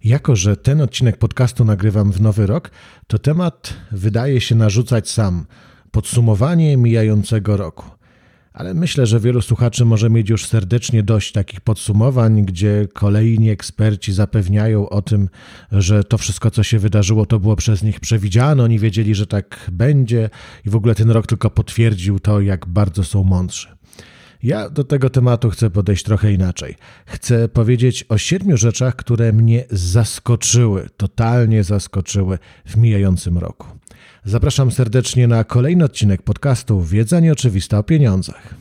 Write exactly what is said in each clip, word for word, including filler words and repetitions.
Jako że ten odcinek podcastu nagrywam w nowy rok, to temat wydaje się narzucać sam. Podsumowanie mijającego roku. Ale myślę, że wielu słuchaczy może mieć już serdecznie dość takich podsumowań, gdzie kolejni eksperci zapewniają o tym, że to wszystko, co się wydarzyło, to było przez nich przewidziane, oni wiedzieli, że tak będzie i w ogóle ten rok tylko potwierdził to, jak bardzo są mądrzy. Ja do tego tematu chcę podejść trochę inaczej. Chcę powiedzieć o siedmiu rzeczach, które mnie zaskoczyły, totalnie zaskoczyły w mijającym roku. Zapraszam serdecznie na kolejny odcinek podcastu Wiedza nieoczywista o pieniądzach.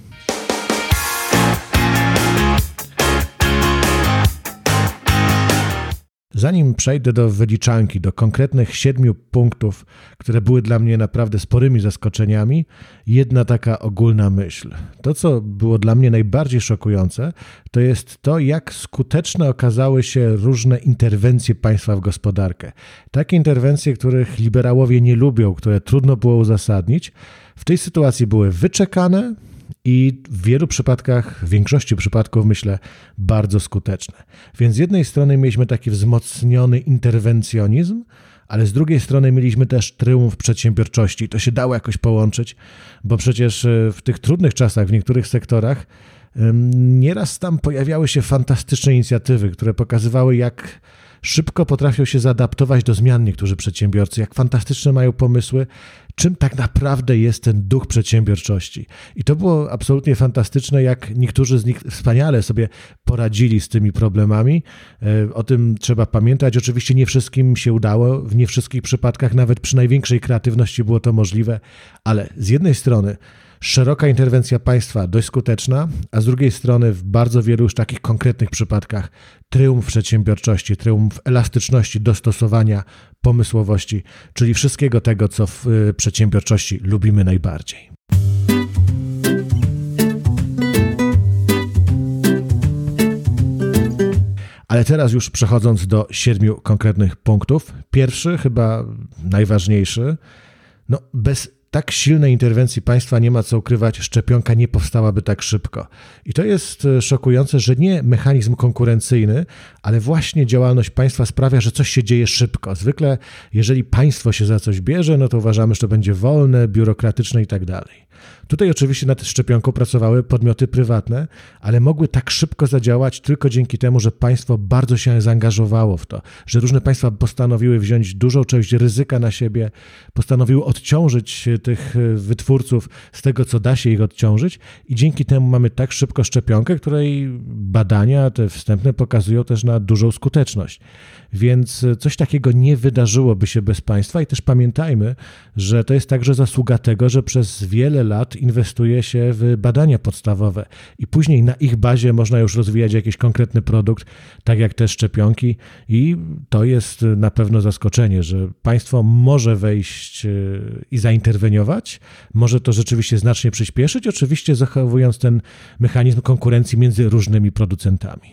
Zanim przejdę do wyliczanki, do konkretnych siedmiu punktów, które były dla mnie naprawdę sporymi zaskoczeniami, jedna taka ogólna myśl. To, co było dla mnie najbardziej szokujące, to jest to, jak skuteczne okazały się różne interwencje państwa w gospodarkę. Takie interwencje, których liberałowie nie lubią, które trudno było uzasadnić, w tej sytuacji były wyczekane, i w wielu przypadkach, w większości przypadków myślę, bardzo skuteczne. Więc z jednej strony mieliśmy taki wzmocniony interwencjonizm, ale z drugiej strony mieliśmy też triumf przedsiębiorczości. To się dało jakoś połączyć, bo przecież w tych trudnych czasach w niektórych sektorach nieraz tam pojawiały się fantastyczne inicjatywy, które pokazywały, jak szybko potrafią się zaadaptować do zmian niektórzy przedsiębiorcy, jak fantastyczne mają pomysły, czym tak naprawdę jest ten duch przedsiębiorczości. I to było absolutnie fantastyczne, jak niektórzy z nich wspaniale sobie poradzili z tymi problemami. O tym trzeba pamiętać. Oczywiście nie wszystkim się udało, w nie wszystkich przypadkach, nawet przy największej kreatywności było to możliwe, ale z jednej strony szeroka interwencja państwa dość skuteczna, a z drugiej strony w bardzo wielu już takich konkretnych przypadkach triumf przedsiębiorczości, triumf elastyczności, dostosowania, pomysłowości, czyli wszystkiego tego, co w przedsiębiorczości lubimy najbardziej. Ale teraz już przechodząc do siedmiu konkretnych punktów. Pierwszy, chyba najważniejszy, no bez tak silnej interwencji państwa, nie ma co ukrywać, szczepionka nie powstałaby tak szybko. I to jest szokujące, że nie mechanizm konkurencyjny, ale właśnie działalność państwa sprawia, że coś się dzieje szybko. Zwykle, jeżeli państwo się za coś bierze, no to uważamy, że to będzie wolne, biurokratyczne i tak dalej. Tutaj oczywiście nad szczepionką pracowały podmioty prywatne, ale mogły tak szybko zadziałać tylko dzięki temu, że państwo bardzo się zaangażowało w to, że różne państwa postanowiły wziąć dużą część ryzyka na siebie, postanowiły odciążyć tych wytwórców z tego, co da się ich odciążyć i dzięki temu mamy tak szybko szczepionkę, której badania te wstępne pokazują też na dużą skuteczność. Więc coś takiego nie wydarzyłoby się bez państwa i też pamiętajmy, że to jest także zasługa tego, że przez wiele lat inwestuje się w badania podstawowe i później na ich bazie można już rozwijać jakiś konkretny produkt, tak jak te szczepionki i to jest na pewno zaskoczenie, że państwo może wejść i zainterweniować, może to rzeczywiście znacznie przyspieszyć, oczywiście zachowując ten mechanizm konkurencji między różnymi producentami.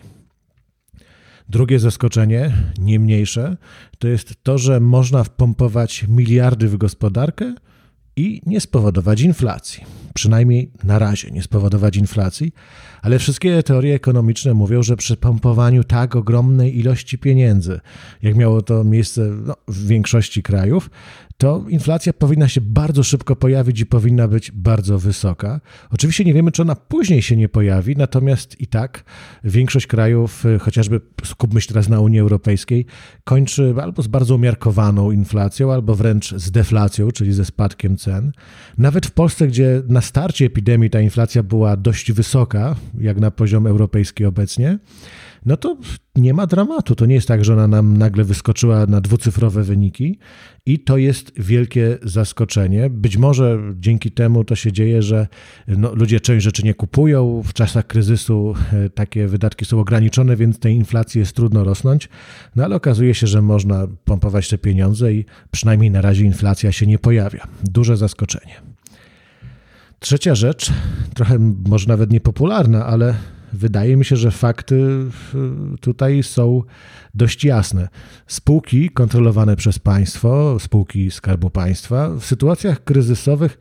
Drugie zaskoczenie, nie mniejsze, to jest to, że można wpompować miliardy w gospodarkę i nie spowodować inflacji. Przynajmniej na razie nie spowodować inflacji, ale wszystkie teorie ekonomiczne mówią, że przy pompowaniu tak ogromnej ilości pieniędzy, jak miało to miejsce no, w większości krajów, to inflacja powinna się bardzo szybko pojawić i powinna być bardzo wysoka. Oczywiście nie wiemy, czy ona później się nie pojawi, natomiast i tak większość krajów, chociażby skupmy się teraz na Unii Europejskiej, kończy albo z bardzo umiarkowaną inflacją, albo wręcz z deflacją, czyli ze spadkiem cen. Nawet w Polsce, gdzie na starcie epidemii ta inflacja była dość wysoka, jak na poziom europejski obecnie, no to nie ma dramatu. To nie jest tak, że ona nam nagle wyskoczyła na dwucyfrowe wyniki i to jest wielkie zaskoczenie. Być może dzięki temu to się dzieje, że no, ludzie część rzeczy nie kupują. W czasach kryzysu takie wydatki są ograniczone, więc tej inflacji jest trudno rosnąć. No ale okazuje się, że można pompować te pieniądze i przynajmniej na razie inflacja się nie pojawia. Duże zaskoczenie. Trzecia rzecz, trochę może nawet niepopularna, ale wydaje mi się, że fakty tutaj są dość jasne. Spółki kontrolowane przez państwo, spółki Skarbu Państwa w sytuacjach kryzysowych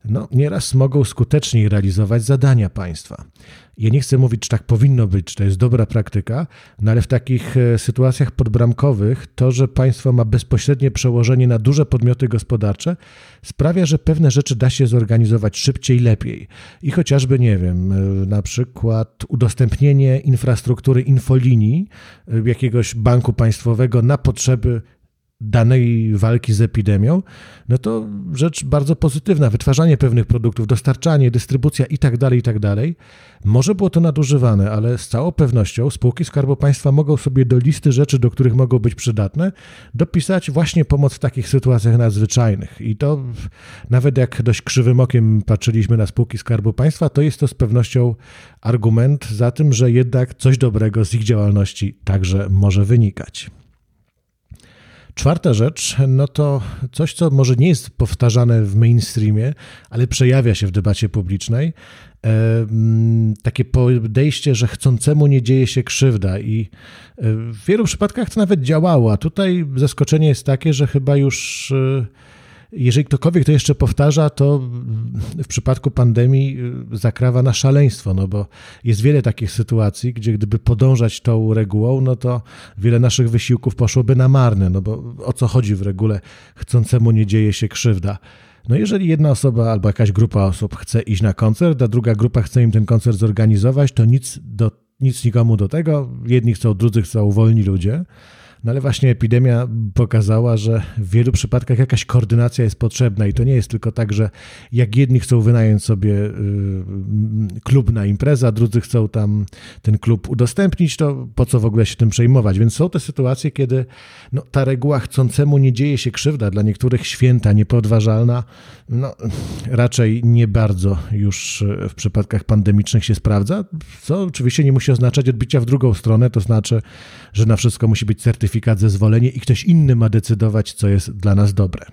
no, nieraz mogą skuteczniej realizować zadania państwa. Ja nie chcę mówić, czy tak powinno być, czy to jest dobra praktyka, no ale w takich sytuacjach podbramkowych to, że państwo ma bezpośrednie przełożenie na duże podmioty gospodarcze, sprawia, że pewne rzeczy da się zorganizować szybciej, lepiej. I chociażby, nie wiem, na przykład udostępnienie infrastruktury infolinii jakiegoś banku państwowego na potrzeby danej walki z epidemią, no to rzecz bardzo pozytywna. Wytwarzanie pewnych produktów, dostarczanie, dystrybucja i tak dalej, i tak dalej. Może było to nadużywane, ale z całą pewnością spółki Skarbu Państwa mogą sobie do listy rzeczy, do których mogą być przydatne, dopisać właśnie pomoc w takich sytuacjach nadzwyczajnych. I to nawet jak dość krzywym okiem patrzyliśmy na spółki Skarbu Państwa, to jest to z pewnością argument za tym, że jednak coś dobrego z ich działalności także może wynikać. Czwarta rzecz, no to coś, co może nie jest powtarzane w mainstreamie, ale przejawia się w debacie publicznej. E, takie podejście, że chcącemu nie dzieje się krzywda i w wielu przypadkach to nawet działało, a tutaj zaskoczenie jest takie, że chyba już... Jeżeli ktokolwiek to jeszcze powtarza, to w przypadku pandemii zakrawa na szaleństwo, no bo jest wiele takich sytuacji, gdzie gdyby podążać tą regułą, no to wiele naszych wysiłków poszłoby na marne, no bo o co chodzi w regule chcącemu nie dzieje się krzywda. No jeżeli jedna osoba albo jakaś grupa osób chce iść na koncert, a druga grupa chce im ten koncert zorganizować, to nic, do, nic nikomu do tego, jedni chcą, drudzy chcą, wolni ludzie. No ale właśnie epidemia pokazała, że w wielu przypadkach jakaś koordynacja jest potrzebna i to nie jest tylko tak, że jak jedni chcą wynająć sobie klub na imprezę, a drudzy chcą tam ten klub udostępnić, to po co w ogóle się tym przejmować? Więc są te sytuacje, kiedy no, ta reguła chcącemu nie dzieje się krzywda, dla niektórych święta, niepodważalna, no raczej nie bardzo już w przypadkach pandemicznych się sprawdza, co oczywiście nie musi oznaczać odbicia w drugą stronę, to znaczy, że na wszystko musi być certyfikat, zezwolenie i ktoś inny ma decydować, co jest dla nas dobre.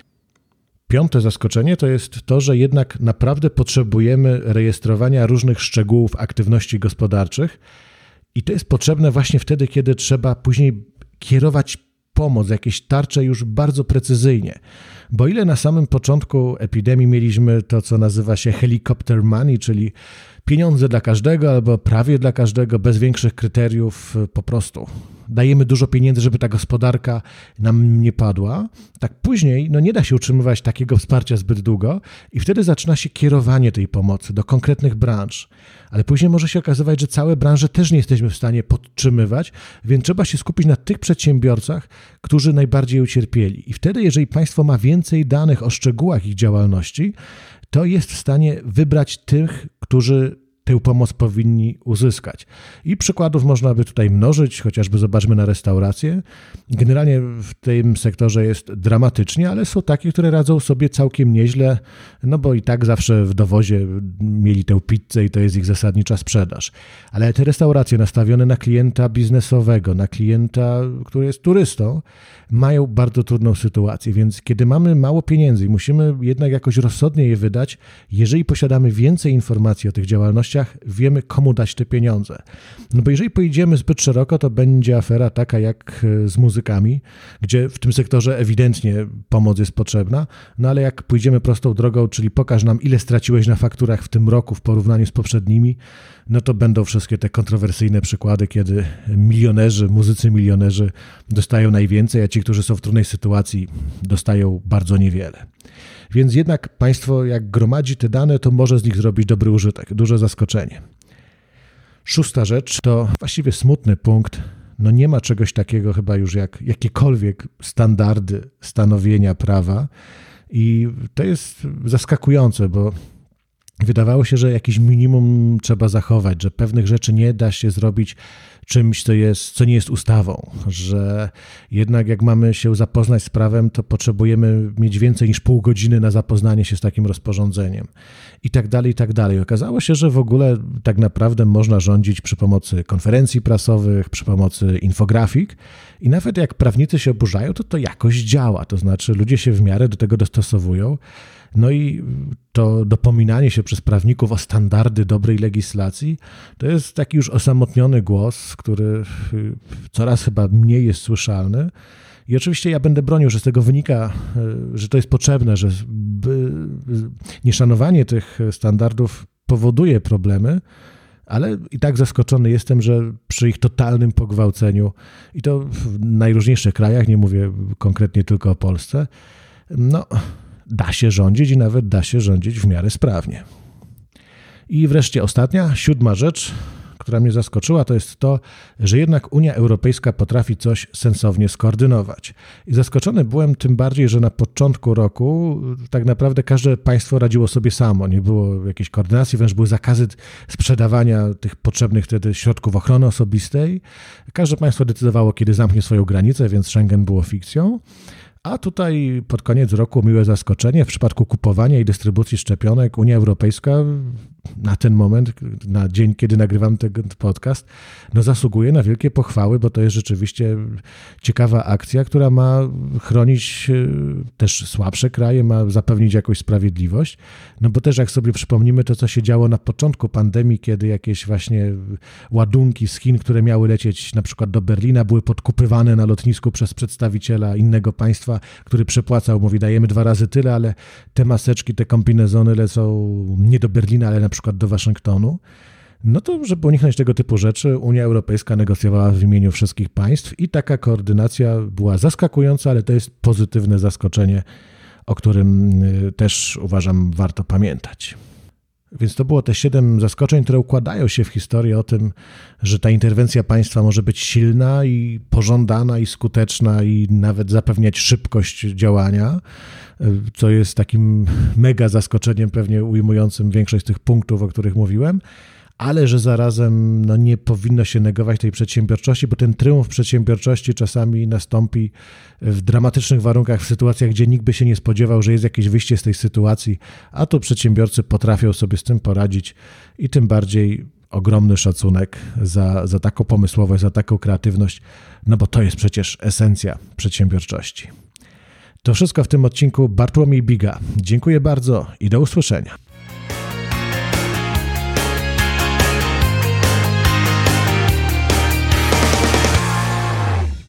Piąte zaskoczenie to jest to, że jednak naprawdę potrzebujemy rejestrowania różnych szczegółów aktywności gospodarczych i to jest potrzebne właśnie wtedy, kiedy trzeba później kierować pomoc, jakieś tarcze już bardzo precyzyjnie. Bo ile na samym początku epidemii mieliśmy to, co nazywa się helicopter money, czyli pieniądze dla każdego albo prawie dla każdego, bez większych kryteriów, po prostu dajemy dużo pieniędzy, żeby ta gospodarka nam nie padła. Tak później no nie da się utrzymywać takiego wsparcia zbyt długo i wtedy zaczyna się kierowanie tej pomocy do konkretnych branż. Ale później może się okazywać, że całe branże też nie jesteśmy w stanie podtrzymywać, więc trzeba się skupić na tych przedsiębiorcach, którzy najbardziej ucierpieli. I wtedy, jeżeli państwo ma więcej danych o szczegółach ich działalności, to jest w stanie wybrać tych, którzy tę pomoc powinni uzyskać. I przykładów można by tutaj mnożyć, chociażby zobaczmy na restauracje. Generalnie w tym sektorze jest dramatycznie, ale są takie, które radzą sobie całkiem nieźle, no bo i tak zawsze w dowozie mieli tę pizzę i to jest ich zasadnicza sprzedaż. Ale te restauracje nastawione na klienta biznesowego, na klienta, który jest turystą, mają bardzo trudną sytuację, więc kiedy mamy mało pieniędzy i musimy jednak jakoś rozsądnie je wydać, jeżeli posiadamy więcej informacji o tych działalnościach, wiemy, komu dać te pieniądze. No bo jeżeli pojedziemy zbyt szeroko, to będzie afera taka jak z muzykami, gdzie w tym sektorze ewidentnie pomoc jest potrzebna, no ale jak pójdziemy prostą drogą, czyli pokaż nam, ile straciłeś na fakturach w tym roku w porównaniu z poprzednimi, no to będą wszystkie te kontrowersyjne przykłady, kiedy milionerzy, muzycy milionerzy dostają najwięcej, a ci, którzy są w trudnej sytuacji, dostają bardzo niewiele. Więc jednak państwo, jak gromadzi te dane, to może z nich zrobić dobry użytek, duże zaskoczenie. Szósta rzecz to właściwie smutny punkt. No nie ma czegoś takiego chyba już jak jakiekolwiek standardy stanowienia prawa i to jest zaskakujące, bo wydawało się, że jakieś minimum trzeba zachować, że pewnych rzeczy nie da się zrobić czymś, co jest, co nie jest ustawą, że jednak jak mamy się zapoznać z prawem, to potrzebujemy mieć więcej niż pół godziny na zapoznanie się z takim rozporządzeniem i tak dalej, i tak dalej. Okazało się, że w ogóle tak naprawdę można rządzić przy pomocy konferencji prasowych, przy pomocy infografik i nawet jak prawnicy się oburzają, to to jakoś działa, to znaczy ludzie się w miarę do tego dostosowują. No i to dopominanie się przez prawników o standardy dobrej legislacji to jest taki już osamotniony głos, który coraz chyba mniej jest słyszalny. I oczywiście ja będę bronił, że z tego wynika, że to jest potrzebne, że nieszanowanie tych standardów powoduje problemy, ale i tak zaskoczony jestem, że przy ich totalnym pogwałceniu, i to w najróżniejszych krajach, nie mówię konkretnie tylko o Polsce, no da się rządzić i nawet da się rządzić w miarę sprawnie. I wreszcie ostatnia, siódma rzecz, która mnie zaskoczyła, to jest to, że jednak Unia Europejska potrafi coś sensownie skoordynować. I zaskoczony byłem tym bardziej, że na początku roku tak naprawdę każde państwo radziło sobie samo. Nie było jakiejś koordynacji, wręcz były zakazy sprzedawania tych potrzebnych wtedy środków ochrony osobistej. Każde państwo decydowało, kiedy zamknie swoją granicę, więc Schengen było fikcją. A tutaj pod koniec roku miłe zaskoczenie. W przypadku kupowania i dystrybucji szczepionek Unia Europejska na ten moment, na dzień, kiedy nagrywam ten podcast, no zasługuje na wielkie pochwały, bo to jest rzeczywiście ciekawa akcja, która ma chronić też słabsze kraje, ma zapewnić jakąś sprawiedliwość. No bo też jak sobie przypomnimy to, co się działo na początku pandemii, kiedy jakieś właśnie ładunki z Chin, które miały lecieć na przykład do Berlina, były podkupywane na lotnisku przez przedstawiciela innego państwa, który przepłacał, mówi, dajemy dwa razy tyle, ale te maseczki, te kombinezony lecą nie do Berlina, ale na przykład do Waszyngtonu. No to, żeby uniknąć tego typu rzeczy, Unia Europejska negocjowała w imieniu wszystkich państw i taka koordynacja była zaskakująca, ale to jest pozytywne zaskoczenie, o którym też uważam warto pamiętać. Więc to było te siedem zaskoczeń, które układają się w historię o tym, że ta interwencja państwa może być silna i pożądana i skuteczna i nawet zapewniać szybkość działania, co jest takim mega zaskoczeniem pewnie ujmującym większość z tych punktów, o których mówiłem, ale że zarazem no, nie powinno się negować tej przedsiębiorczości, bo ten tryumf przedsiębiorczości czasami nastąpi w dramatycznych warunkach, w sytuacjach, gdzie nikt by się nie spodziewał, że jest jakieś wyjście z tej sytuacji, a tu przedsiębiorcy potrafią sobie z tym poradzić i tym bardziej ogromny szacunek za, za taką pomysłowość, za taką kreatywność, no bo to jest przecież esencja przedsiębiorczości. To wszystko w tym odcinku. Bartłomiej Biga. Dziękuję bardzo i do usłyszenia.